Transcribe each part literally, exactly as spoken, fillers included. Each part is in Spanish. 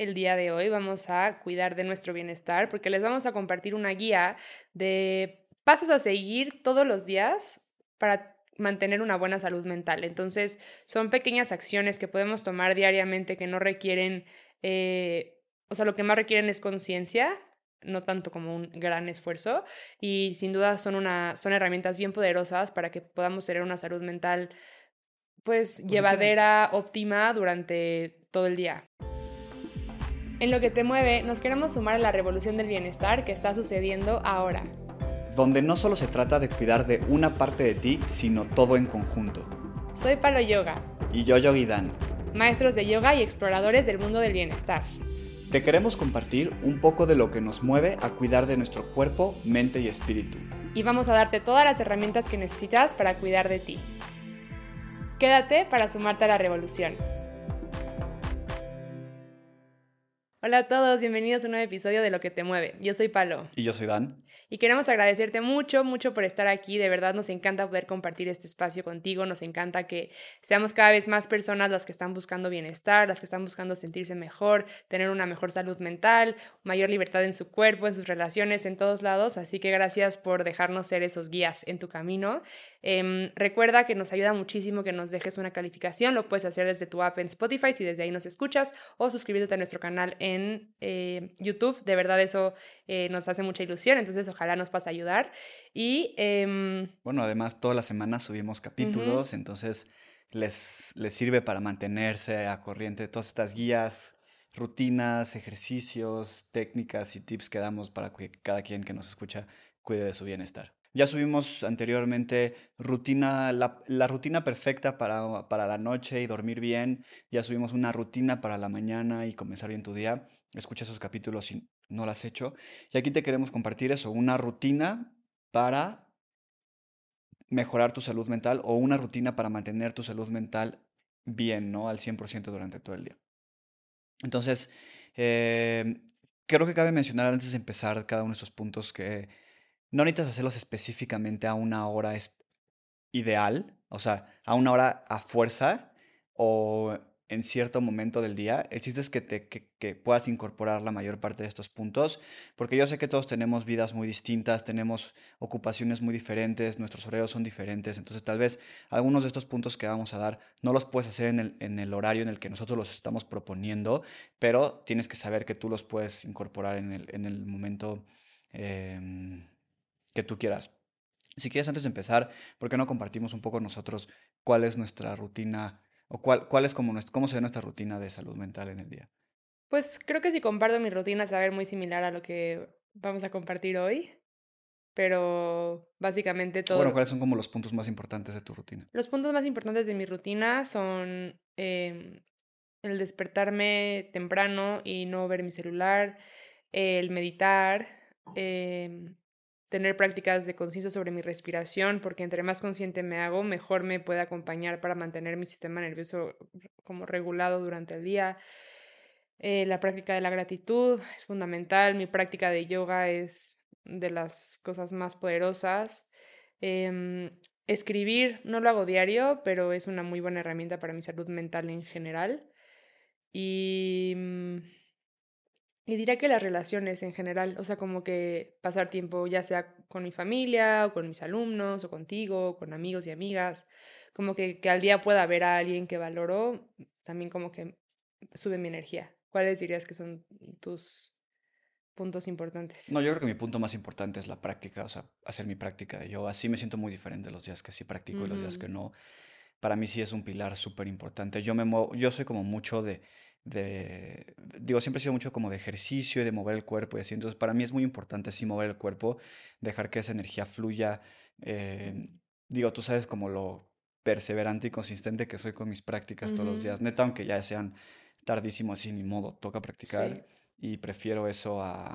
el día de hoy vamos a cuidar de nuestro bienestar porque les vamos a compartir una guía de pasos a seguir todos los días para mantener una buena salud mental. Entonces, son pequeñas acciones que podemos tomar diariamente que no requieren, eh, o sea, lo que más requieren es conciencia, no tanto como un gran esfuerzo, y sin duda son, una, son herramientas bien poderosas para que podamos tener una salud mental pues Positiva. llevadera, óptima durante todo el día. En lo que te mueve, nos queremos sumar a la revolución del bienestar que está sucediendo ahora. Donde no solo se trata de cuidar de una parte de ti, sino todo en conjunto. Soy Palo Yoga, Y yo, Yogi Dan, maestros de yoga y exploradores del mundo del bienestar. te queremos compartir un poco de lo que nos mueve a cuidar de nuestro cuerpo, mente y espíritu. Y vamos a darte todas las herramientas que necesitas para cuidar de ti. Quédate para sumarte a la revolución. Hola a todos, bienvenidos a un nuevo episodio de Lo que te mueve. Yo soy Palo. Y yo soy Dan. Y queremos agradecerte mucho, mucho por estar aquí. De verdad nos encanta poder compartir este espacio contigo. Nos encanta que seamos cada vez más personas las que están buscando bienestar, las que están buscando sentirse mejor, tener una mejor salud mental, mayor libertad en su cuerpo, en sus relaciones, en todos lados. Así que gracias por dejarnos ser esos guías en tu camino. Eh, recuerda que nos ayuda muchísimo que nos dejes una calificación. Lo puedes hacer desde tu app en Spotify si desde ahí nos escuchas o suscribiéndote a nuestro canal en eh, YouTube. De verdad eso eh, nos hace mucha ilusión. Entonces ojalá Ojalá nos puedas ayudar. Y eh, Bueno, además todas las semanas subimos uh-huh. capítulos, entonces les, les sirve para mantenerse a corriente de todas estas guías, rutinas, ejercicios, técnicas y tips que damos para que cada quien que nos escucha cuide de su bienestar. Ya subimos anteriormente rutina, la, la rutina perfecta para, para la noche y dormir bien. Ya subimos una rutina para la mañana y comenzar bien tu día. Escucha esos capítulos si no lo has hecho. Y aquí te queremos compartir eso, una rutina para mejorar tu salud mental o una rutina para mantener tu salud mental bien, ¿no? Al cien por ciento durante todo el día. Entonces, eh, creo que cabe mencionar antes de empezar cada uno de estos puntos que no necesitas hacerlos específicamente a una hora es- ideal, o sea, a una hora a fuerza o en cierto momento del día. El chiste es que, te, que, que puedas incorporar la mayor parte de estos puntos, porque yo sé que todos tenemos vidas muy distintas, tenemos ocupaciones muy diferentes, nuestros horarios son diferentes, entonces tal vez algunos de estos puntos que vamos a dar no los puedes hacer en el, en el horario en el que nosotros los estamos proponiendo, pero tienes que saber que tú los puedes incorporar en el, en el momento em, que tú quieras. Si quieres, antes de empezar, ¿por qué no compartimos un poco nosotros cuál es nuestra rutina o cuál, cuál es como nuestra, cómo se ve nuestra rutina de salud mental en el día? Pues creo que si comparto mi rutina se va a ver muy similar a lo que vamos a compartir hoy, pero básicamente O bueno, todo. ¿cuáles son como los puntos más importantes de tu rutina? Los puntos más importantes de mi rutina son eh, el despertarme temprano y no ver mi celular, el meditar, em, tener prácticas de conciencia sobre mi respiración, porque entre más consciente me hago, mejor me puede acompañar para mantener mi sistema nervioso como regulado durante el día. Eh, la práctica de la gratitud es fundamental. Mi práctica de yoga es de las cosas más poderosas. Em, escribir no lo hago diario, pero es una muy buena herramienta para mi salud mental en general. Y, mm, y diría que las relaciones en general, o sea, como que pasar tiempo ya sea con mi familia o con mis alumnos o contigo, o con amigos y amigas, como que, que al día pueda ver a alguien que valoro, también como que sube mi energía. ¿Cuáles dirías que son tus puntos importantes? No, yo creo que mi punto más importante es la práctica, o sea, hacer mi práctica de yoga. Sí me siento muy diferente los días que sí practico y los días Ujú, que no. Para mí sí es un pilar súper importante. Yo me muevo, yo soy como mucho de, de, digo, siempre he sido mucho como de ejercicio y de mover el cuerpo y así. Entonces, para mí es muy importante sí mover el cuerpo, dejar que esa energía fluya. eh, digo, tú sabes como lo perseverante y consistente que soy con mis prácticas todos los ujú, días. Neta, aunque ya sean tardísimos, así ni modo, toca sí. practicar y prefiero eso a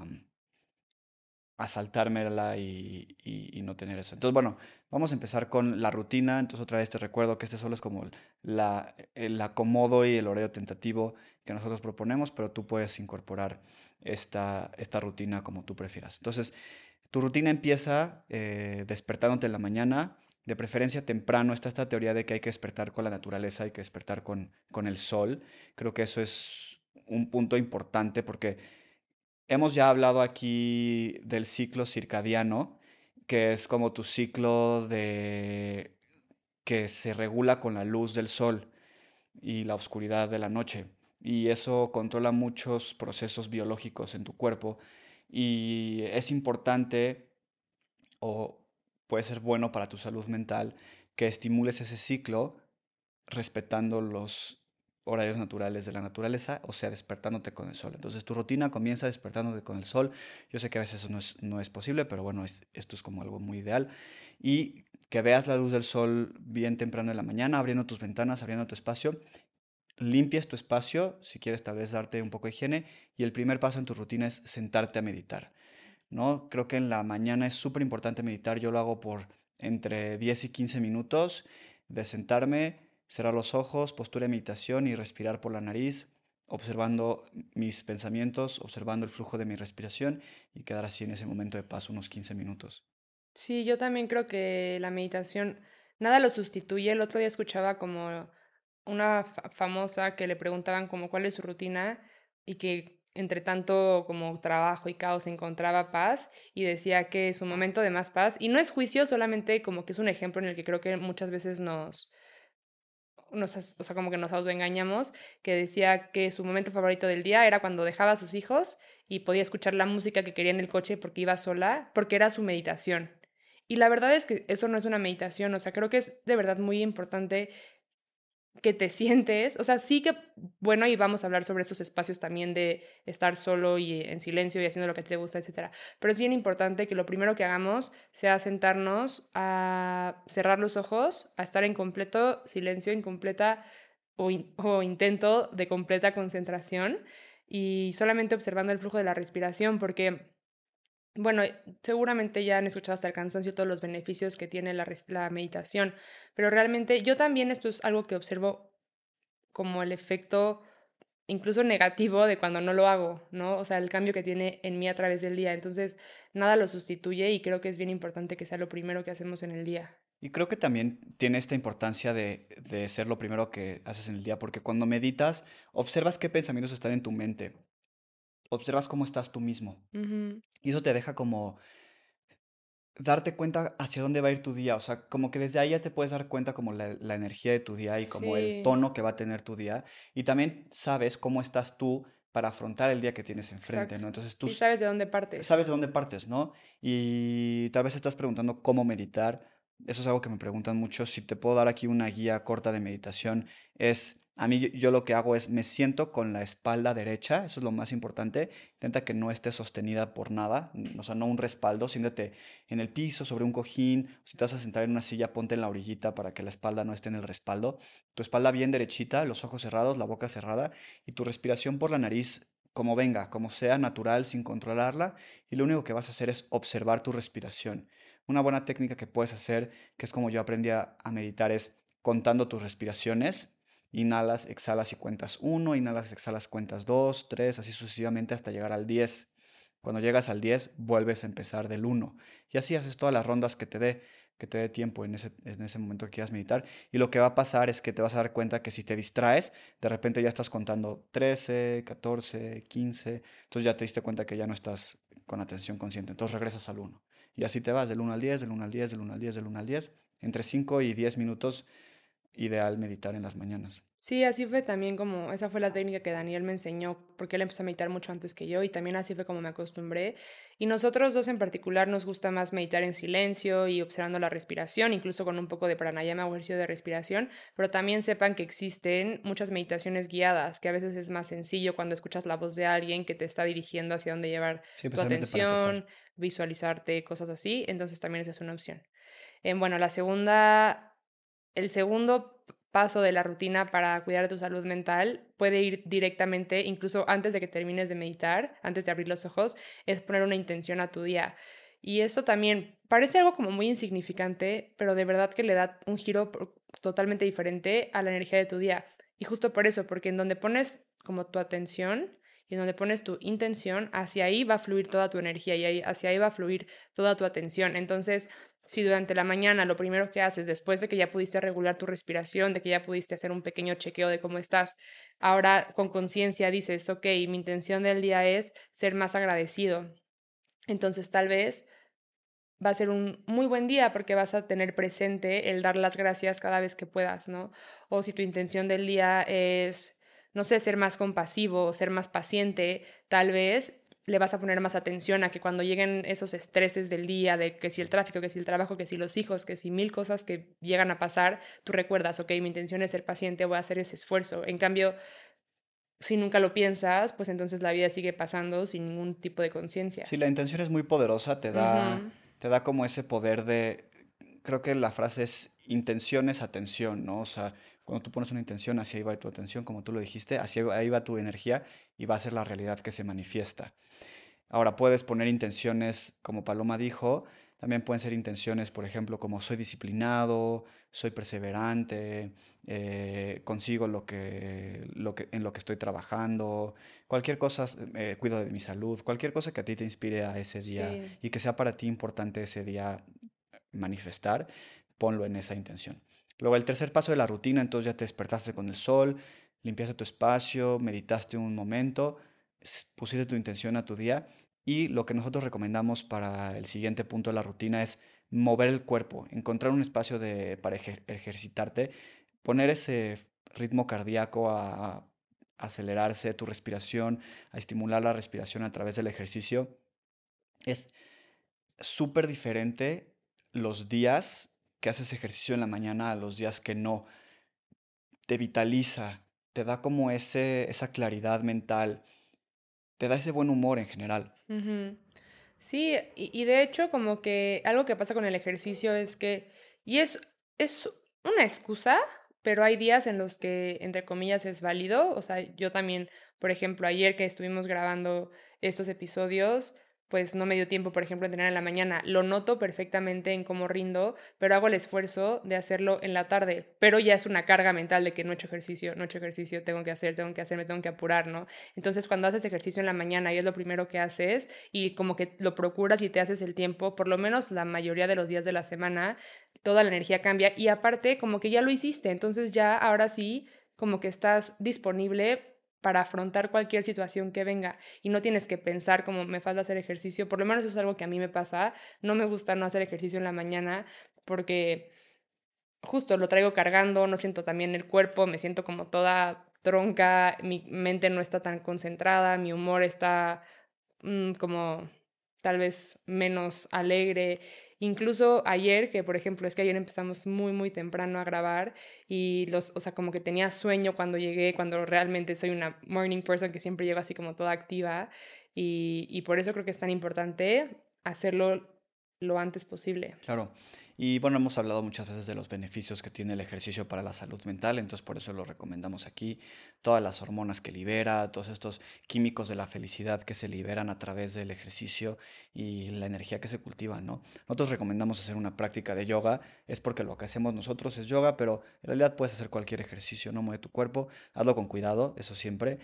a saltármela y, y- y no tener eso. Entonces, bueno, vamos a empezar con la rutina. Entonces, otra vez te recuerdo que este solo es como el- la, el acomodo y el horario tentativo que nosotros proponemos, pero tú puedes incorporar esta, esta rutina como tú prefieras. Entonces, tu rutina empieza eh, despertándote en la mañana, de preferencia temprano. Está esta teoría de que hay que despertar con la naturaleza, hay que despertar con, con el sol. Creo que eso es un punto importante porque hemos ya hablado aquí del ciclo circadiano, que es como tu ciclo de que se regula con la luz del sol y la oscuridad de la noche. Y eso controla muchos procesos biológicos en tu cuerpo. Y es importante o puede ser bueno para tu salud mental que estimules ese ciclo respetando los horarios naturales de la naturaleza, o sea, despertándote con el sol. Entonces tu rutina comienza despertándote con el sol. Yo sé que a veces eso no es, no es posible, pero bueno, es- esto es como algo muy ideal. Y que veas la luz del sol bien temprano en la mañana, abriendo tus ventanas, abriendo tu espacio, limpies tu espacio, si quieres tal vez darte un poco de higiene, y el primer paso en tu rutina es sentarte a meditar. ¿No? Creo que en la mañana es súper importante meditar. Yo lo hago por entre diez y quince minutos de sentarme, cerrar los ojos, postura de meditación y respirar por la nariz, observando mis pensamientos, observando el flujo de mi respiración y quedar así en ese momento de paz unos quince minutos. Sí, yo también creo que la meditación nada lo sustituye. El otro día escuchaba como una fa- famosa que le preguntaban como cuál es su rutina y que entre tanto como trabajo y caos encontraba paz y decía que su momento de más paz, y no es juicio, solamente como que es un ejemplo en el que creo que muchas veces nos, nos, as- o sea, como que nos autoengañamos, que decía que su momento favorito del día era cuando dejaba a sus hijos y podía escuchar la música que quería en el coche porque iba sola, porque era su meditación. Y la verdad es que eso no es una meditación, o sea, creo que es de verdad muy importante que te sientes, o sea, sí que, bueno, y vamos a hablar sobre esos espacios también de estar solo y en silencio y haciendo lo que te gusta, etcétera. Pero es bien importante que lo primero que hagamos sea sentarnos a cerrar los ojos, a estar en completo silencio, en completa o, in- o intento de completa concentración y solamente observando el flujo de la respiración, porque bueno, seguramente ya han escuchado hasta el cansancio todos los beneficios que tiene la, res- la meditación, pero realmente yo también esto es algo que observo como el efecto incluso negativo de cuando no lo hago, ¿no? O sea, el cambio que tiene en mí a través del día. Entonces, nada lo sustituye y creo que es bien importante que sea lo primero que hacemos en el día. Y creo que también tiene esta importancia de, de ser lo primero que haces en el día, porque cuando meditas, observas qué pensamientos están en tu mente, observas cómo estás tú mismo. Ujú. Y eso te deja como darte cuenta hacia dónde va a ir tu día, o sea, como que desde ahí ya te puedes dar cuenta como la, la energía de tu día y como el Sí, tono que va a tener tu día, y también sabes cómo estás tú para afrontar el día que tienes enfrente, exacto. ¿no? Entonces tú Sí, s- sabes de dónde partes. sabes de dónde partes, ¿no? Y tal vez estás preguntando cómo meditar. Eso es algo que me preguntan mucho. Si te puedo dar aquí una guía corta de meditación, es, a mí yo, yo lo que hago es me siento con la espalda derecha, eso es lo más importante. Intenta que no esté sostenida por nada, n- o sea, no un respaldo, siéntate en el piso, sobre un cojín. Si te vas a sentar en una silla, ponte en la orillita para que la espalda no esté en el respaldo. Tu espalda bien derechita, los ojos cerrados, la boca cerrada y tu respiración por la nariz como venga, como sea natural, sin controlarla, y lo único que vas a hacer es observar tu respiración. Una buena técnica que puedes hacer, que es como yo aprendí a, a meditar, es contando tus respiraciones. Inhalas, exhalas y cuentas uno, inhalas, exhalas, cuentas dos, tres, así sucesivamente hasta llegar al diez. Cuando llegas al diez, vuelves a empezar del uno. Y así haces todas las rondas que te dé, que te dé tiempo en ese, en ese momento que quieras meditar. Y lo que va a pasar es que te vas a dar cuenta que si te distraes, de repente ya estás contando trece, catorce, quince. Entonces ya te diste cuenta que ya no estás con atención consciente. Entonces regresas al uno. Y así te vas del uno al diez, del uno al diez, del uno al diez, del uno al diez. Entre cinco y diez minutos, ideal meditar en las mañanas. Sí, así fue también como, esa fue la técnica que Daniel me enseñó, porque él empezó a meditar mucho antes que yo y también así fue como me acostumbré. Y nosotros dos en particular nos gusta más meditar en silencio y observando la respiración, incluso con un poco de pranayama o ejercicio de respiración, pero también sepan que existen muchas meditaciones guiadas, que a veces es más sencillo cuando escuchas la voz de alguien que te está dirigiendo hacia dónde llevar Sí, tu especialmente para empezar. atención, visualizarte, cosas así, entonces también esa es una opción. Eh, bueno, la segunda, el segundo paso de la rutina para cuidar de tu salud mental puede ir directamente, incluso antes de que termines de meditar, antes de abrir los ojos, es poner una intención a tu día. Y esto también parece algo como muy insignificante, pero de verdad que le da un giro por- totalmente diferente a la energía de tu día. Y justo por eso, porque en donde pones como tu atención y en donde pones tu intención, hacia ahí va a fluir toda tu energía y ahí, hacia ahí va a fluir toda tu atención. Entonces, si durante la mañana lo primero que haces, después de que ya pudiste regular tu respiración, de que ya pudiste hacer un pequeño chequeo de cómo estás, Ahora con conciencia dices, ok, mi intención del día es ser más agradecido. Entonces tal vez va a ser un muy buen día porque vas a tener presente el dar las gracias cada vez que puedas, ¿no? O si tu intención del día es, no sé, ser más compasivo, ser más paciente, tal vez le vas a poner más atención a que cuando lleguen esos estreses del día, de que si el tráfico, que si el trabajo, que si los hijos, que si mil cosas que llegan a pasar, tú recuerdas, ok, mi intención es ser paciente, voy a hacer ese esfuerzo. En cambio, si nunca lo piensas, pues entonces la vida sigue pasando sin ningún tipo de Si conciencia. la intención es muy poderosa, te da, Ujú, te da como ese poder de, creo que la frase es intención es atención, ¿no? O sea, cuando tú pones una intención, hacia ahí va tu atención, como tú lo dijiste, hacia ahí va tu energía y va a ser la realidad que se manifiesta. Ahora puedes poner intenciones, como Paloma dijo, también pueden ser intenciones, por ejemplo, como soy disciplinado, soy perseverante, eh, consigo lo que, lo que, en lo que estoy trabajando, cualquier cosa, eh, cuido de mi salud, cualquier cosa que a ti te inspire a ese día sí. y que sea para ti importante ese día manifestar, ponlo en esa intención. Luego el tercer paso de la rutina, entonces ya te despertaste con el sol, limpiaste tu espacio, meditaste un momento, s- pusiste tu intención a tu día y lo que nosotros recomendamos para el siguiente punto de la rutina es mover el cuerpo, encontrar un espacio de, para ejer- ejercitarte, poner ese ritmo cardíaco a, a acelerarse, tu respiración, a estimular la respiración a través del ejercicio. Es súper diferente los días que haces ejercicio en la mañana a los días que no. Te vitaliza, te da como ese, esa claridad mental, te da ese buen humor en general. Ujú. Sí, y, y de hecho como que algo que pasa con el ejercicio es que, y es, es una excusa, pero hay días en los que, entre comillas, es válido. O sea, yo también, por ejemplo, ayer que estuvimos grabando estos episodios, pues no me dio tiempo, por ejemplo, a entrenar en la mañana. Lo noto perfectamente en cómo rindo, pero hago el esfuerzo de hacerlo en la tarde. Pero ya es una carga mental de que no he hecho ejercicio, no he hecho ejercicio, tengo que hacer, tengo que hacer, me tengo que apurar, ¿no? Entonces, cuando haces ejercicio en la mañana y es lo primero que haces, y como que lo procuras y te haces el tiempo, por lo menos la mayoría de los días de la semana, toda la energía cambia y aparte como que ya lo hiciste, entonces ya ahora sí como que estás disponible para afrontar cualquier situación que venga y no tienes que pensar como me falta hacer ejercicio, por lo menos eso es algo que a mí me pasa, no me gusta no hacer ejercicio en la mañana porque justo lo traigo cargando, no siento también el cuerpo, me siento como toda tronca, mi mente no está tan concentrada, mi humor está mm, como tal vez menos alegre. Incluso ayer, que por ejemplo es que ayer empezamos muy, muy temprano a grabar y los, o sea, como que tenía sueño cuando llegué, cuando realmente soy una morning person que siempre llego así como toda activa y, y por eso creo que es tan importante hacerlo lo antes posible. Claro. Y bueno, hemos hablado muchas veces de los beneficios que tiene el ejercicio para la salud mental, entonces por eso lo recomendamos aquí. Todas las hormonas que libera, todos estos químicos de la felicidad que se liberan a través del ejercicio y la energía que se cultiva, ¿no? Nosotros recomendamos hacer una práctica de yoga, es porque lo que hacemos nosotros es yoga, pero en realidad puedes hacer cualquier ejercicio, no mueve tu cuerpo, hazlo con cuidado, eso siempre.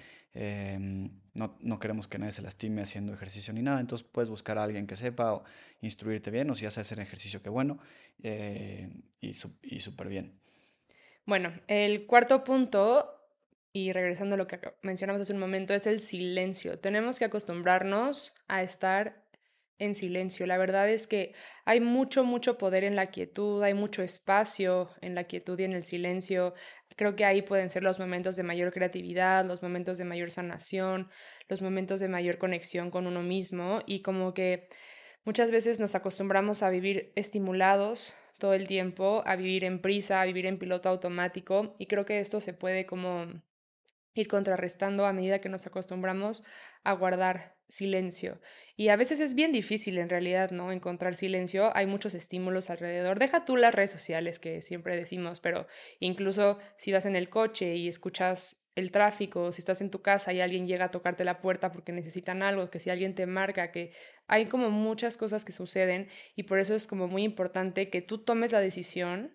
Em, no, no queremos que nadie se lastime haciendo ejercicio ni nada, entonces puedes buscar a alguien que sepa o instruirte bien, o si ya sabes hacer ejercicio, qué bueno, eh, y, su- y súper bien. Bueno, el cuarto punto, y regresando a lo que acá- mencionamos hace un momento, es el silencio. Tenemos que acostumbrarnos a estar en silencio. La verdad es que hay mucho, mucho poder en la quietud, hay mucho espacio en la quietud y en el silencio. Creo que ahí pueden ser los momentos de mayor creatividad, los momentos de mayor sanación, los momentos de mayor conexión con uno mismo y como que muchas veces nos acostumbramos a vivir estimulados todo el tiempo, a vivir en prisa, a vivir en piloto automático y creo que esto se puede como ir contrarrestando a medida que nos acostumbramos a guardar silencio. Y a veces es bien difícil en realidad, ¿no? Encontrar silencio. Hay muchos estímulos alrededor. Deja tú las redes sociales que siempre decimos, pero incluso si vas en el coche y escuchas el tráfico, si estás en tu casa y alguien llega a tocarte la puerta porque necesitan algo, que si alguien te marca, que hay como muchas cosas que suceden y por eso es como muy importante que tú tomes la decisión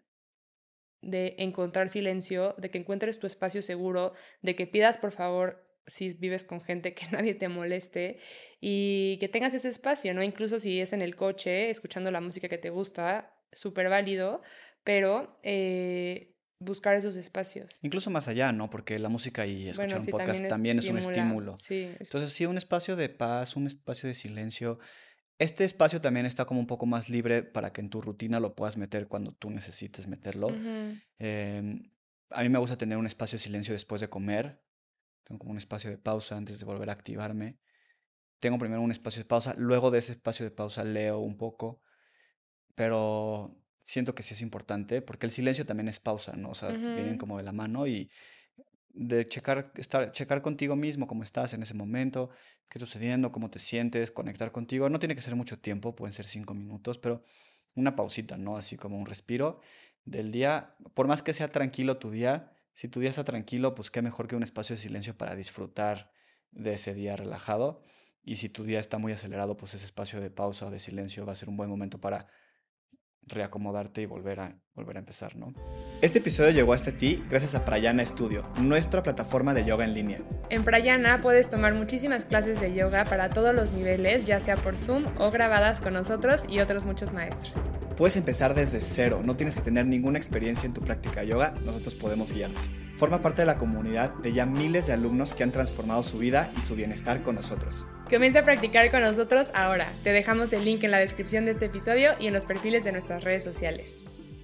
de encontrar silencio, de que encuentres tu espacio seguro, de que pidas por favor si vives con gente que nadie te moleste y que tengas ese espacio, ¿no? Incluso si es en el coche, escuchando la música que te gusta, súper válido, pero eh, buscar esos espacios. Incluso más allá, ¿no? Porque la música y Bueno, escuchar un sí, también podcast también es un estimula, estímulo. sí, es- Entonces, sí, un espacio de paz, un espacio de silencio. Este espacio también está como un poco más libre para que en tu rutina lo puedas meter cuando tú necesites meterlo. ujú, Em, a mí me gusta tener un espacio de silencio después de comer. Tengo como un espacio de pausa antes de volver a activarme. Tengo primero un espacio de pausa, luego de ese espacio de pausa leo un poco, pero siento que sí es importante porque el silencio también es pausa, ¿no? O sea, vienen ujú. como de la mano y de checar, estar, checar contigo mismo, cómo estás en ese momento, qué está sucediendo, cómo te sientes, conectar contigo. No tiene que ser mucho tiempo, pueden ser cinco minutos, pero una pausita, ¿no? Así como un respiro del día. Por más que sea tranquilo tu día, si tu día está tranquilo, pues qué mejor que un espacio de silencio para disfrutar de ese día relajado. Y si tu día está muy acelerado, pues ese espacio de pausa o de silencio va a ser un buen momento para reacomodarte y volver a, volver a empezar, ¿no? Este episodio llegó hasta ti gracias a Prayana Studio, nuestra plataforma de yoga en línea. En Prayana puedes tomar muchísimas clases de yoga para todos los niveles, ya sea por Zoom o grabadas con nosotros y otros muchos maestros. Puedes empezar desde cero, no tienes que tener ninguna experiencia en tu práctica de yoga, nosotros podemos guiarte. Forma parte de la comunidad de ya miles de alumnos que han transformado su vida y su bienestar con nosotros. Comienza a practicar con nosotros ahora. Te dejamos el link en la descripción de este episodio y en los perfiles de nuestras redes sociales.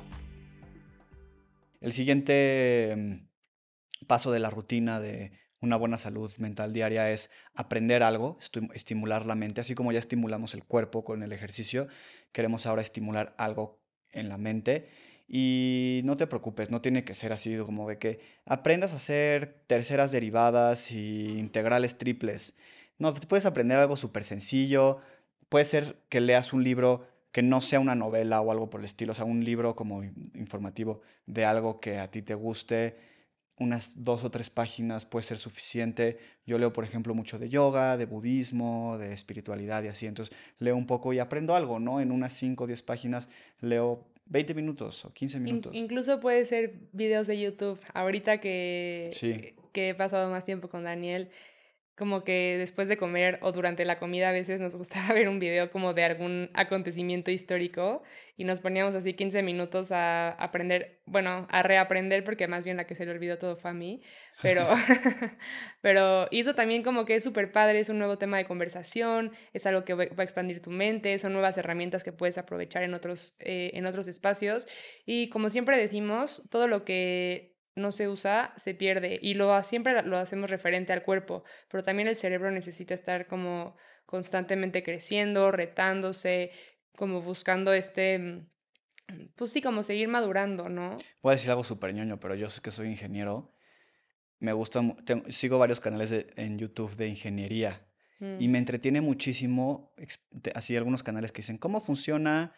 El siguiente mm, paso de la rutina de una buena salud mental diaria es aprender algo, estu- estimular la mente, así como ya estimulamos el cuerpo con el ejercicio, queremos ahora estimular algo en la mente. Y no te preocupes, no tiene que ser así como de que aprendas a hacer terceras derivadas y integrales triples. No, te puedes aprender algo súper sencillo. Puede ser que leas un libro que no sea una novela o algo por el estilo, o sea, un libro como in- informativo de algo que a ti te guste. Unas dos o tres páginas puede ser suficiente. Yo leo, por ejemplo, mucho de yoga, de budismo, de espiritualidad y así. Entonces leo un poco y aprendo algo, ¿no? En unas cinco o diez páginas leo veinte minutos o quince In- minutos. incluso puede ser videos de YouTube. Ahorita Sí. que, que he pasado más tiempo con Daniel, como que después de comer o durante la comida a veces nos gustaba ver un video como de algún acontecimiento histórico y nos poníamos así quince minutos a aprender, bueno, a reaprender porque más bien la que se le olvidó todo fue a mí, pero, pero hizo también como que es súper padre, es un nuevo tema de conversación, es algo que va va a expandir tu mente, son nuevas herramientas que puedes aprovechar en otros, eh, en otros espacios y como siempre decimos, todo lo que no se usa se pierde y lo, siempre lo hacemos referente al cuerpo, pero también el cerebro necesita estar como constantemente creciendo, retándose, como buscando este, mm, pues sí, como seguir madurando, ¿no? Voy a decir algo súper ñoño, pero yo sé que soy ingeniero. Me gusta, mu- tengo- sigo varios canales de- en YouTube de ingeniería y Mm. me entretiene muchísimo, ex- te- así algunos canales que dicen, ¿cómo funciona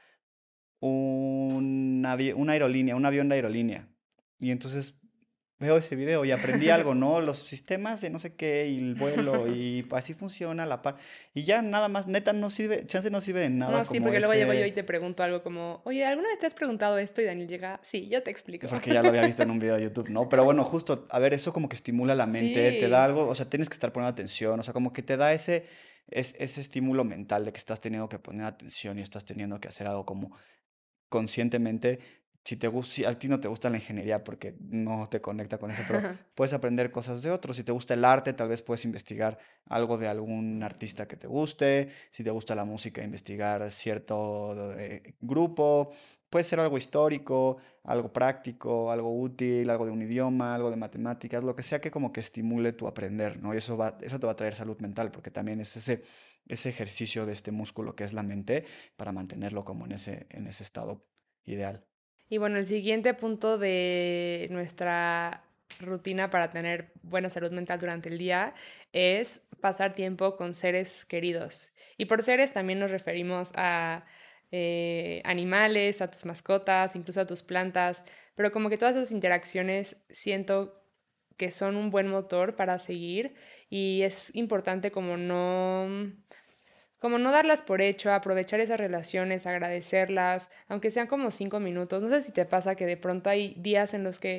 un avi- una aerolínea, un avión de aerolínea? Y entonces veo ese video y aprendí algo, ¿no? Los sistemas de no sé qué y el vuelo y así funciona la par. Y ya nada más, neta, no sirve, chance no sirve de No, nada sí, como porque luego llego yo y ese, te pregunto algo como, oye, ¿alguna vez te has preguntado esto? Y Daniel llega, sí, yo te explico. porque ya lo había visto en un video de YouTube, ¿no? Pero bueno, justo, a ver, eso como que estimula la mente, te da Sí, algo, o sea, tienes que estar poniendo atención, o sea, como que te da ese, es, ese estímulo mental de que estás teniendo que poner atención y estás teniendo que hacer algo como conscientemente. Si te gus- si a ti no te gusta la ingeniería porque no te conecta con eso, pero puedes aprender cosas de otros. Si te gusta el arte, tal vez puedes investigar algo de algún artista que te guste. Si te gusta la música, investigar cierto eh, grupo. Puede ser algo histórico, algo práctico, algo útil, algo de un idioma, algo de matemáticas, lo que sea que como que estimule tu aprender, ¿no? Y eso va, eso te va a traer salud mental, porque también es ese, ese ejercicio de este músculo que es la mente para mantenerlo como en ese, en ese estado ideal. y bueno, el siguiente punto de nuestra rutina para tener buena salud mental durante el día es pasar tiempo con seres queridos. Y por seres también nos referimos a eh, animales, a tus mascotas, incluso a tus plantas, pero como que todas esas interacciones siento que son un buen motor para seguir y es importante como no como no darlas por hecho, aprovechar esas relaciones, agradecerlas, aunque sean como cinco minutos. No sé si te pasa que de pronto hay días en los que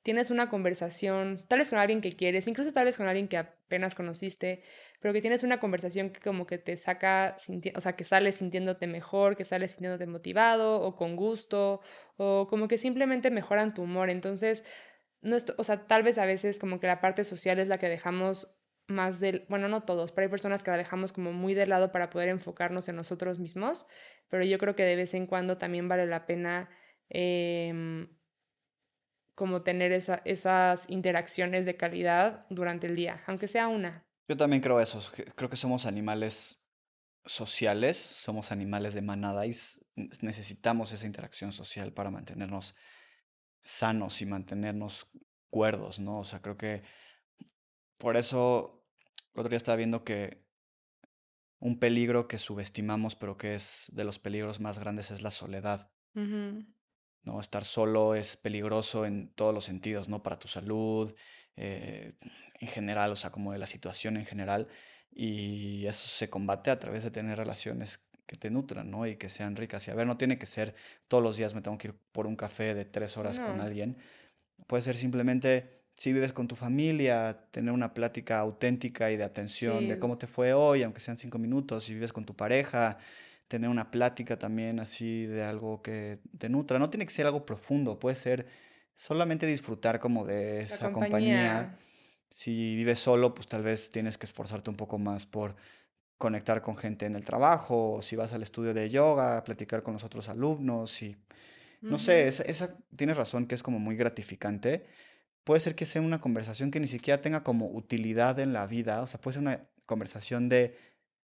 tienes una conversación, tal vez con alguien que quieres, incluso tal vez con alguien que apenas conociste, pero que tienes una conversación que como que te saca, sinti- o sea, que sales sintiéndote mejor, que sales sintiéndote motivado o con gusto, o como que simplemente mejoran tu humor. Entonces, no es, o sea, tal vez a veces como que la parte social es la que dejamos más del, bueno, no todos, pero hay personas que la dejamos como muy de lado para poder enfocarnos en nosotros mismos, pero yo creo que de vez en cuando también vale la pena em, como tener esa, esas interacciones de calidad durante el día, aunque sea una. Yo también creo eso. que- Creo que somos animales sociales, somos animales de manada y s- necesitamos esa interacción social para mantenernos sanos y mantenernos cuerdos, ¿no? O sea, creo que por eso el otro día estaba viendo que un peligro que subestimamos, pero que es de los peligros más grandes, es la soledad. Ujú, ¿No? Estar solo es peligroso en todos los sentidos, ¿no? Para tu salud, eh, en general, o sea, como de la situación en general. Y eso se combate a través de tener relaciones que te nutran, ¿no? Y que sean ricas. Y a ver, no tiene que ser todos los días me tengo que ir por un café de tres horas con no, alguien. Puede ser simplemente, si vives con tu familia, tener una plática auténtica y de atención de sí, cómo te fue hoy, aunque sean cinco minutos. Si vives con tu pareja, tener una plática también así de algo que te nutra. No tiene que ser algo profundo, puede ser solamente disfrutar como de la esa compañía. compañía. Si vives solo, pues tal vez tienes que esforzarte un poco más por conectar con gente en el trabajo, o si vas al estudio de yoga, platicar con los otros alumnos y no sé, Ujú, esa, esa- tienes razón que es como muy gratificante. Puede ser que sea una conversación que ni siquiera tenga como utilidad en la vida, o sea, puede ser una conversación de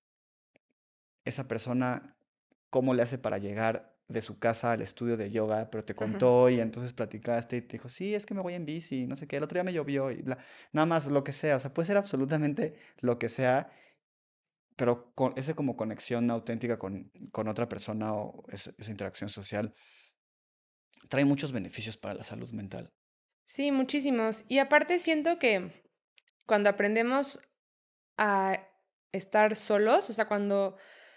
esa persona, cómo le hace para llegar de su casa al estudio de yoga, pero te contó y entonces platicaste y te dijo, sí, es que me voy en bici, no sé qué, el otro día me llovió y bla, nada más lo que sea, o sea, puede ser absolutamente lo que sea, pero con esa como conexión auténtica con, con otra persona o esa, esa interacción social trae muchos beneficios para la salud mental. Sí, muchísimos. Y aparte siento que cuando aprendemos a estar solos, o sea, cuando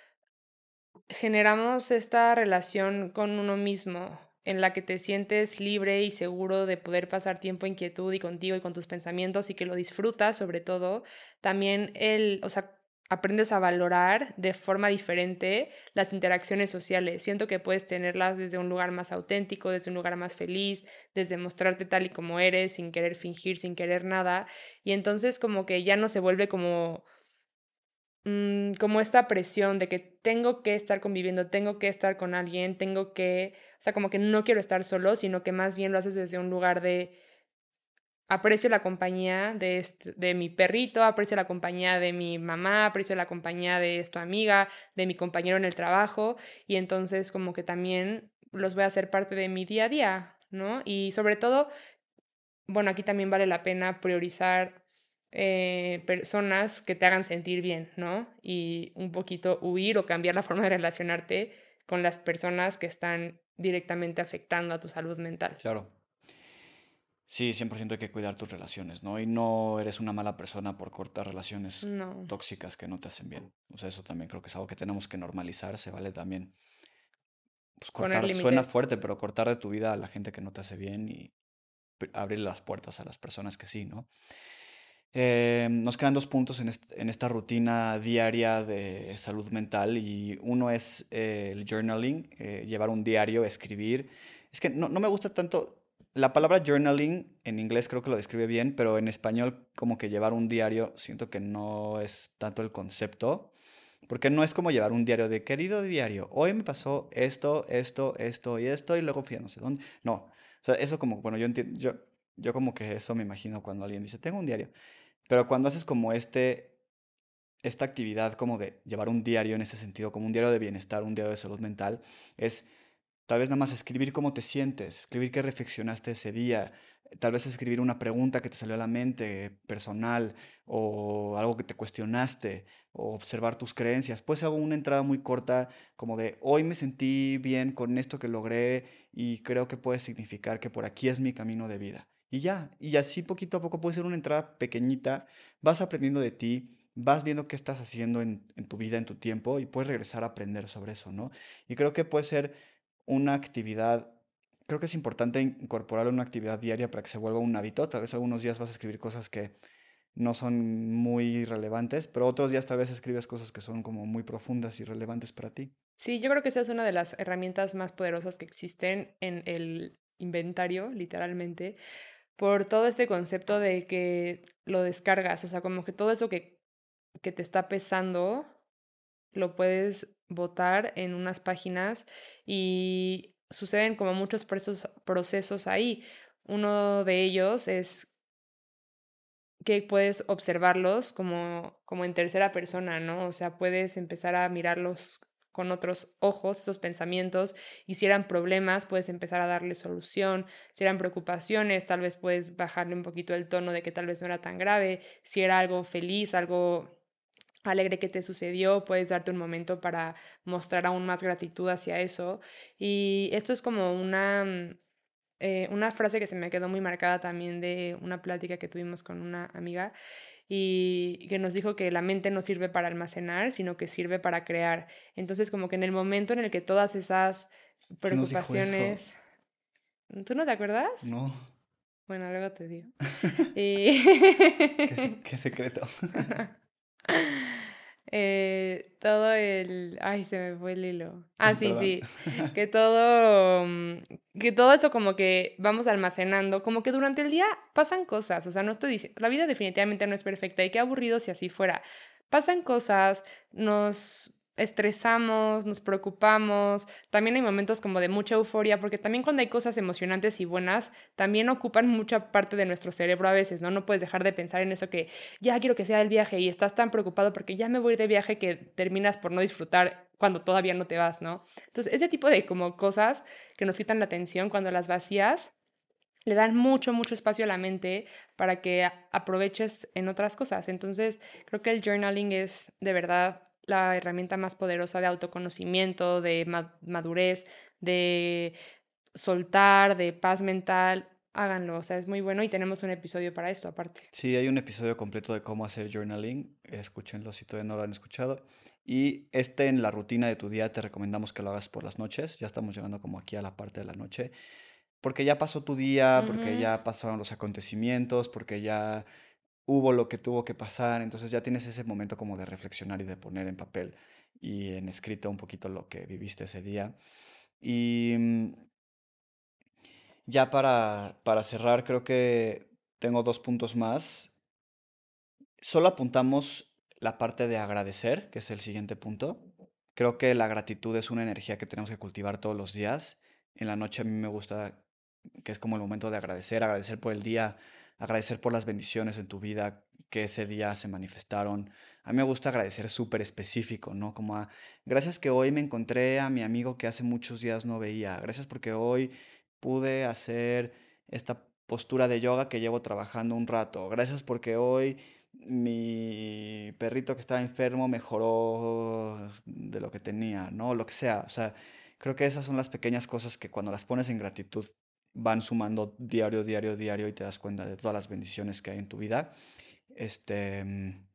generamos esta relación con uno mismo en la que te sientes libre y seguro de poder pasar tiempo en quietud y contigo y con tus pensamientos y que lo disfrutas sobre todo, también el, o sea, aprendes a valorar de forma diferente las interacciones sociales. Siento que puedes tenerlas desde un lugar más auténtico, desde un lugar más feliz, desde mostrarte tal y como eres, sin querer fingir, sin querer nada. Y entonces como que ya no se vuelve como mm, como esta presión de que tengo que estar conviviendo, tengo que estar con alguien, tengo que, o sea, como que no quiero estar solo, sino que más bien lo haces desde un lugar de aprecio la compañía de, este- de mi perrito, aprecio la compañía de mi mamá, aprecio la compañía de esta amiga, de mi compañero en el trabajo, y entonces como que también los voy a hacer parte de mi día a día, ¿no? Y sobre todo bueno, aquí también vale la pena priorizar eh, personas que te hagan sentir bien, ¿no? Y un poquito huir o cambiar la forma de relacionarte con las personas que están directamente afectando a tu salud mental. Claro. Sí, cien por ciento hay que cuidar tus relaciones, ¿no? Y no eres una mala persona por cortar relaciones No, tóxicas que no te hacen bien. O sea, eso también creo que es algo que tenemos que normalizar. Se vale también, pues poner cortar, suena límites. fuerte, pero cortar de tu vida a la gente que no te hace bien y pr- abrir las puertas a las personas que sí, ¿no? Eh, nos quedan dos puntos en, est- en esta rutina diaria de salud mental y uno es eh, el journaling, eh, llevar un diario, escribir. Es que no, no me gusta tanto, la palabra journaling en inglés creo que lo describe bien, pero en español como que llevar un diario siento que no es tanto el concepto, porque no es como llevar un diario de querido diario, hoy me pasó esto, esto, esto y esto y luego fui a no sé dónde. No, o sea, eso como, bueno, yo entiendo, yo, yo como que eso me imagino cuando alguien dice, tengo un diario. Pero cuando haces como este, esta actividad como de llevar un diario en ese sentido, como un diario de bienestar, un diario de salud mental, es tal vez nada más escribir cómo te sientes, escribir qué reflexionaste ese día, tal vez escribir una pregunta que te salió a la mente personal o algo que te cuestionaste o observar tus creencias. Puede ser una entrada muy corta como de hoy me sentí bien con esto que logré y creo que puede significar que por aquí es mi camino de vida. Y ya, y así poquito a poco puede ser una entrada pequeñita, vas aprendiendo de ti, vas viendo qué estás haciendo en, en tu vida, en tu tiempo y puedes regresar a aprender sobre eso, ¿no? Y creo que puede ser una actividad Creo que es importante incorporarlo en una actividad diaria para que se vuelva un hábito. Tal vez algunos días vas a escribir cosas que no son muy relevantes, pero otros días tal vez escribes cosas que son como muy profundas y relevantes para ti. Sí, yo creo que esa es una de las herramientas más poderosas que existen en el inventario, literalmente, por todo este concepto de que lo descargas, o sea, como que todo eso que, que te está pesando lo puedes botar en unas páginas y suceden como muchos procesos, procesos ahí. Uno de ellos es que puedes observarlos como, como en tercera persona, ¿no? O sea, puedes empezar a mirarlos con otros ojos, esos pensamientos, y si eran problemas, puedes empezar a darle solución, si eran preocupaciones, tal vez puedes bajarle un poquito el tono de que tal vez no era tan grave, si era algo feliz, algo alegre que te sucedió, puedes darte un momento para mostrar aún más gratitud hacia eso. Y esto es como una, mm, eh, una frase que se me quedó muy marcada también de una plática que tuvimos con una amiga y que nos dijo que la mente no sirve para almacenar, sino que sirve para crear. Entonces, como que en el momento en el que todas esas ¿Quién nos dijo eso? preocupaciones, ¿tú no te acuerdas? No. Bueno, luego te digo. Y ¿Qué, se- qué secreto? Eh, todo el... Ay, se me fue el hilo. Ah, sí, Perdón. sí. Que todo... mm, Que todo eso como que vamos almacenando. Como que durante el día pasan cosas. O sea, no estoy diciendo... La vida definitivamente no es perfecta y qué aburrido si así fuera. Pasan cosas, nos estresamos, nos preocupamos. También hay momentos como de mucha euforia, porque también cuando hay cosas emocionantes y buenas, también ocupan mucha parte de nuestro cerebro a veces, ¿no? No puedes dejar de pensar en eso que ya quiero que sea el viaje y estás tan preocupado porque ya me voy a ir de viaje que terminas por no disfrutar cuando todavía no te vas, ¿no? Entonces, ese tipo de como cosas que nos quitan la atención cuando las vacías le dan mucho, mucho espacio a la mente para que a- aproveches en otras cosas. Entonces, creo que el journaling es de verdad la herramienta más poderosa de autoconocimiento, de ma- madurez, de soltar, de paz mental. Háganlo, o sea, es muy bueno y tenemos un episodio para esto aparte. Sí, hay un episodio completo de cómo hacer journaling. Escúchenlo si todavía no lo han escuchado. Y este en la rutina de tu día te recomendamos que lo hagas por las noches. Ya estamos llegando como aquí a la parte de la noche. Porque ya pasó tu día, porque Ujú. ya pasaron los acontecimientos, porque ya hubo lo que tuvo que pasar. Entonces ya tienes ese momento como de reflexionar y de poner en papel y en escrito un poquito lo que viviste ese día. Y mm, ya para, para cerrar, creo que tengo dos puntos más. Solo apuntamos la parte de agradecer, que es el siguiente punto. Creo que la gratitud es una energía que tenemos que cultivar todos los días. En la noche a mí me gusta que es como el momento de agradecer, agradecer por el día, agradecer por las bendiciones en tu vida que ese día se manifestaron. A mí me gusta agradecer súper específico, ¿no? Como a, gracias que hoy me encontré a mi amigo que hace muchos días no veía, gracias porque hoy pude hacer esta postura de yoga que llevo trabajando un rato, gracias porque hoy mi perrito que estaba enfermo mejoró de lo que tenía, ¿no? Lo que sea, o sea, creo que esas son las pequeñas cosas que cuando las pones en gratitud van sumando diario, diario, diario y te das cuenta de todas las bendiciones que hay en tu vida. Este, mm,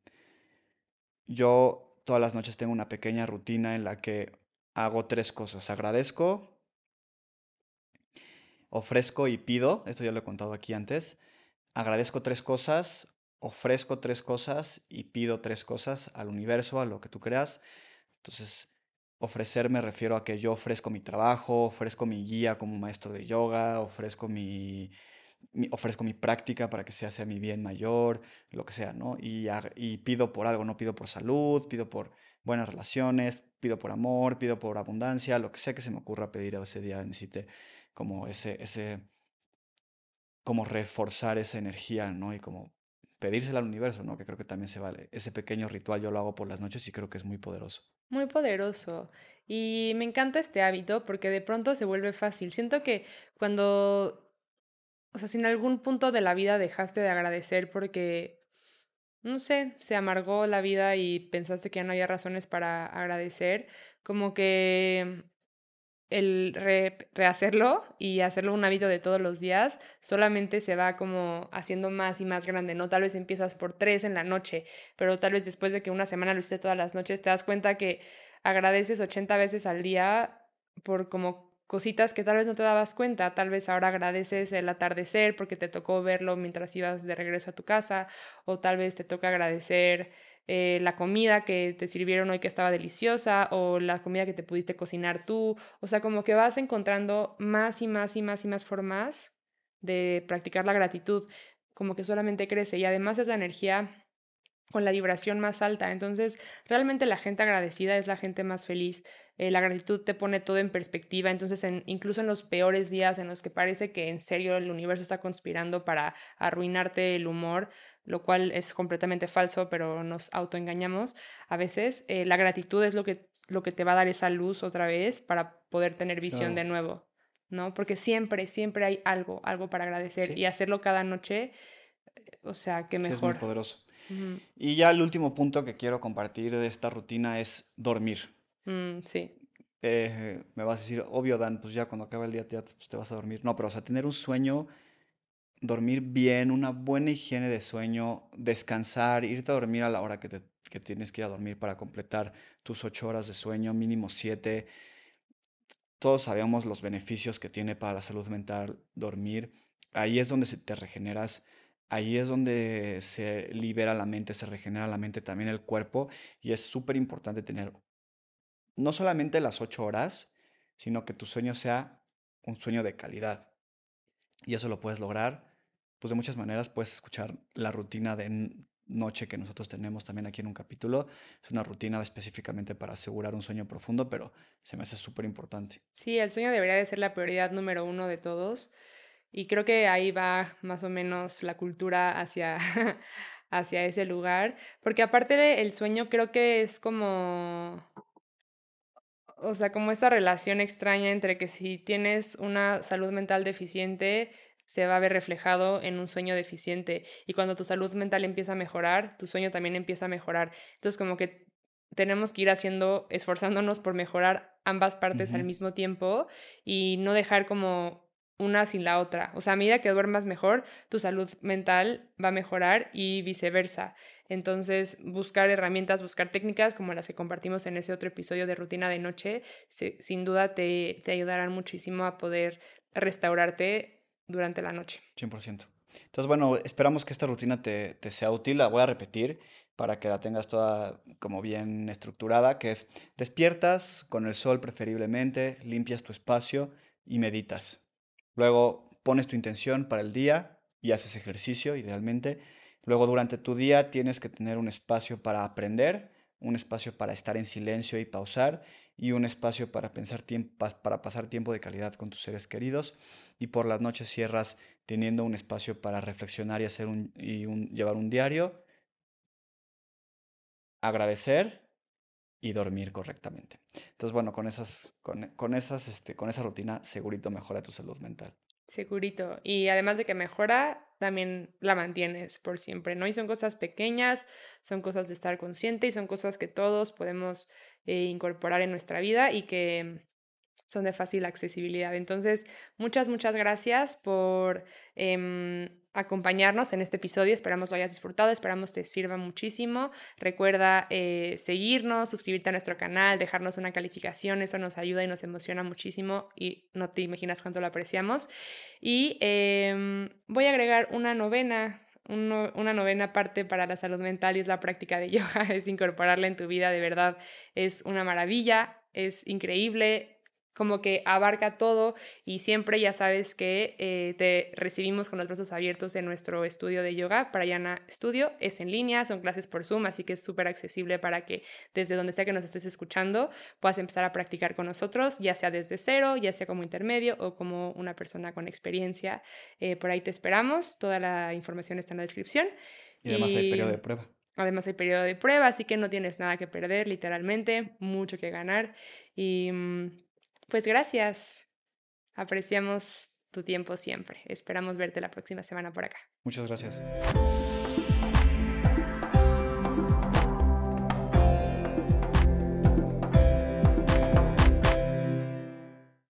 yo todas las noches tengo una pequeña rutina en la que hago tres cosas. Agradezco, ofrezco y pido. Esto ya lo he contado aquí antes. Agradezco tres cosas, ofrezco tres cosas y pido tres cosas al universo, a lo que tú creas. Entonces, ofrecer me refiero a que yo ofrezco mi trabajo, ofrezco mi guía como maestro de yoga, ofrezco mi, mi- ofrezco mi práctica para que sea hacia mi bien mayor, lo que sea, ¿no? Y, ag- y pido por algo, no pido por salud, pido por buenas relaciones, pido por amor, pido por abundancia, lo que sea que se me ocurra pedir ese día necesite como ese, ese, como reforzar esa energía, ¿no? Y como pedírsela al universo, ¿no? Que creo que también se vale. Ese pequeño ritual yo lo hago por las noches y creo que es muy poderoso. Muy poderoso. Y me encanta este hábito porque de pronto se vuelve fácil. Siento que cuando, o sea, si en algún punto de la vida dejaste de agradecer porque, no sé, se amargó la vida y pensaste que ya no había razones para agradecer, como que el re- rehacerlo y hacerlo un hábito de todos los días, solamente se va como haciendo más y más grande, ¿no? Tal vez empiezas por tres en la noche, pero tal vez después de que una semana lo hiciste todas las noches, te das cuenta que agradeces ochenta veces al día por como cositas que tal vez no te dabas cuenta. Tal vez ahora agradeces el atardecer porque te tocó verlo mientras ibas de regreso a tu casa, o tal vez te toca agradecer eh, la comida que te sirvieron hoy que estaba deliciosa, o la comida que te pudiste cocinar tú. O sea, como que vas encontrando más y más y más y más formas de practicar la gratitud, como que solamente crece y además es la energía con la vibración más alta. Entonces, realmente la gente agradecida es la gente más feliz. Eh, la gratitud te pone todo en perspectiva. Entonces, en, incluso en los peores días en los que parece que en serio el universo está conspirando para arruinarte el humor, lo cual es completamente falso, pero nos autoengañamos a veces, eh, la gratitud es lo que, lo que te va a dar esa luz otra vez para poder tener visión de Claro, nuevo, ¿no? Porque siempre, siempre hay algo, algo para agradecer y sí, hacerlo cada noche, o sea, qué sí es muy mejor. poderoso. Ujú. Y ya el último punto que quiero compartir de esta rutina es dormir. Mm, sí, Eh, me vas a decir, obvio, Dan, pues ya cuando acaba el día te, pues te vas a dormir. No, pero o sea, tener un sueño, dormir bien, una buena higiene de sueño, descansar, irte a dormir a la hora que, te- que tienes que ir a dormir para completar tus ocho horas de sueño, mínimo siete. Todos sabemos los beneficios que tiene para la salud mental dormir. Ahí es donde se te regeneras, ahí es donde se libera la mente, se regenera la mente, también el cuerpo. Y es súper importante tener no solamente las ocho horas, sino que tu sueño sea un sueño de calidad. Y eso lo puedes lograr, pues de muchas maneras. Puedes escuchar la rutina de n- noche que nosotros tenemos también aquí en un capítulo. Es una rutina específicamente para asegurar un sueño profundo, pero se me hace súper importante. sí, el sueño debería de ser la prioridad número uno de todos y creo que ahí va más o menos la cultura hacia, hacia ese lugar, porque aparte de el sueño creo que es como, o sea, como esta relación extraña entre que si tienes una salud mental deficiente, se va a ver reflejado en un sueño deficiente. Y cuando tu salud mental empieza a mejorar, tu sueño también empieza a mejorar. Entonces, como que tenemos que ir haciendo, esforzándonos por mejorar ambas partes al Ujú. mismo tiempo y no dejar como una sin la otra. O sea, a medida que duermas mejor, tu salud mental va a mejorar y viceversa. Entonces, buscar herramientas, buscar técnicas como las que compartimos en ese otro episodio de Rutina de Noche, se- sin duda te, te ayudarán muchísimo a poder restaurarte durante la noche. Cien por ciento. Entonces, bueno, esperamos que esta rutina te, te sea útil. La voy a repetir para que la tengas toda como bien estructurada, que es despiertas con el sol preferiblemente, limpias tu espacio y meditas. Luego pones tu intención para el día y haces ejercicio, idealmente. Luego, durante tu día tienes que tener un espacio para aprender, un espacio para estar en silencio y pausar, y un espacio para pensar tiemp- para pasar tiempo de calidad con tus seres queridos. Y por las noches cierras teniendo un espacio para reflexionar y hacer un, y un- llevar un diario, agradecer y dormir correctamente. Entonces, bueno, con esas, con, con esas, este, con esa rutina, segurito mejora tu salud mental. Segurito. Y además de que mejora, también la mantienes por siempre, ¿no? Y son cosas pequeñas, son cosas de estar consciente y son cosas que todos podemos eh, incorporar en nuestra vida y que son de fácil accesibilidad. Entonces, muchas, muchas gracias por em, acompañarnos en este episodio. Esperamos lo hayas disfrutado, esperamos te sirva muchísimo. Recuerda eh, seguirnos, suscribirte a nuestro canal, dejarnos una calificación, eso nos ayuda y nos emociona muchísimo y no te imaginas cuánto lo apreciamos. Y em, voy a agregar una novena. uno- una novena parte para la salud mental y es la práctica de yoga, es incorporarla en tu vida, de verdad es una maravilla, es increíble, como que abarca todo y siempre ya sabes que eh, te recibimos con los brazos abiertos en nuestro estudio de yoga. Prayana Studio es en línea, son clases por Zoom, así que es súper accesible para que desde donde sea que nos estés escuchando puedas empezar a practicar con nosotros, ya sea desde cero, ya sea como intermedio o como una persona con experiencia. Eh, por ahí te esperamos, toda la información está en la descripción Y además hay periodo de y prueba. además hay periodo de prueba, así que no tienes nada que perder, literalmente, mucho que ganar. Y mm, pues gracias, apreciamos tu tiempo siempre. Esperamos verte la próxima semana por acá. Muchas gracias.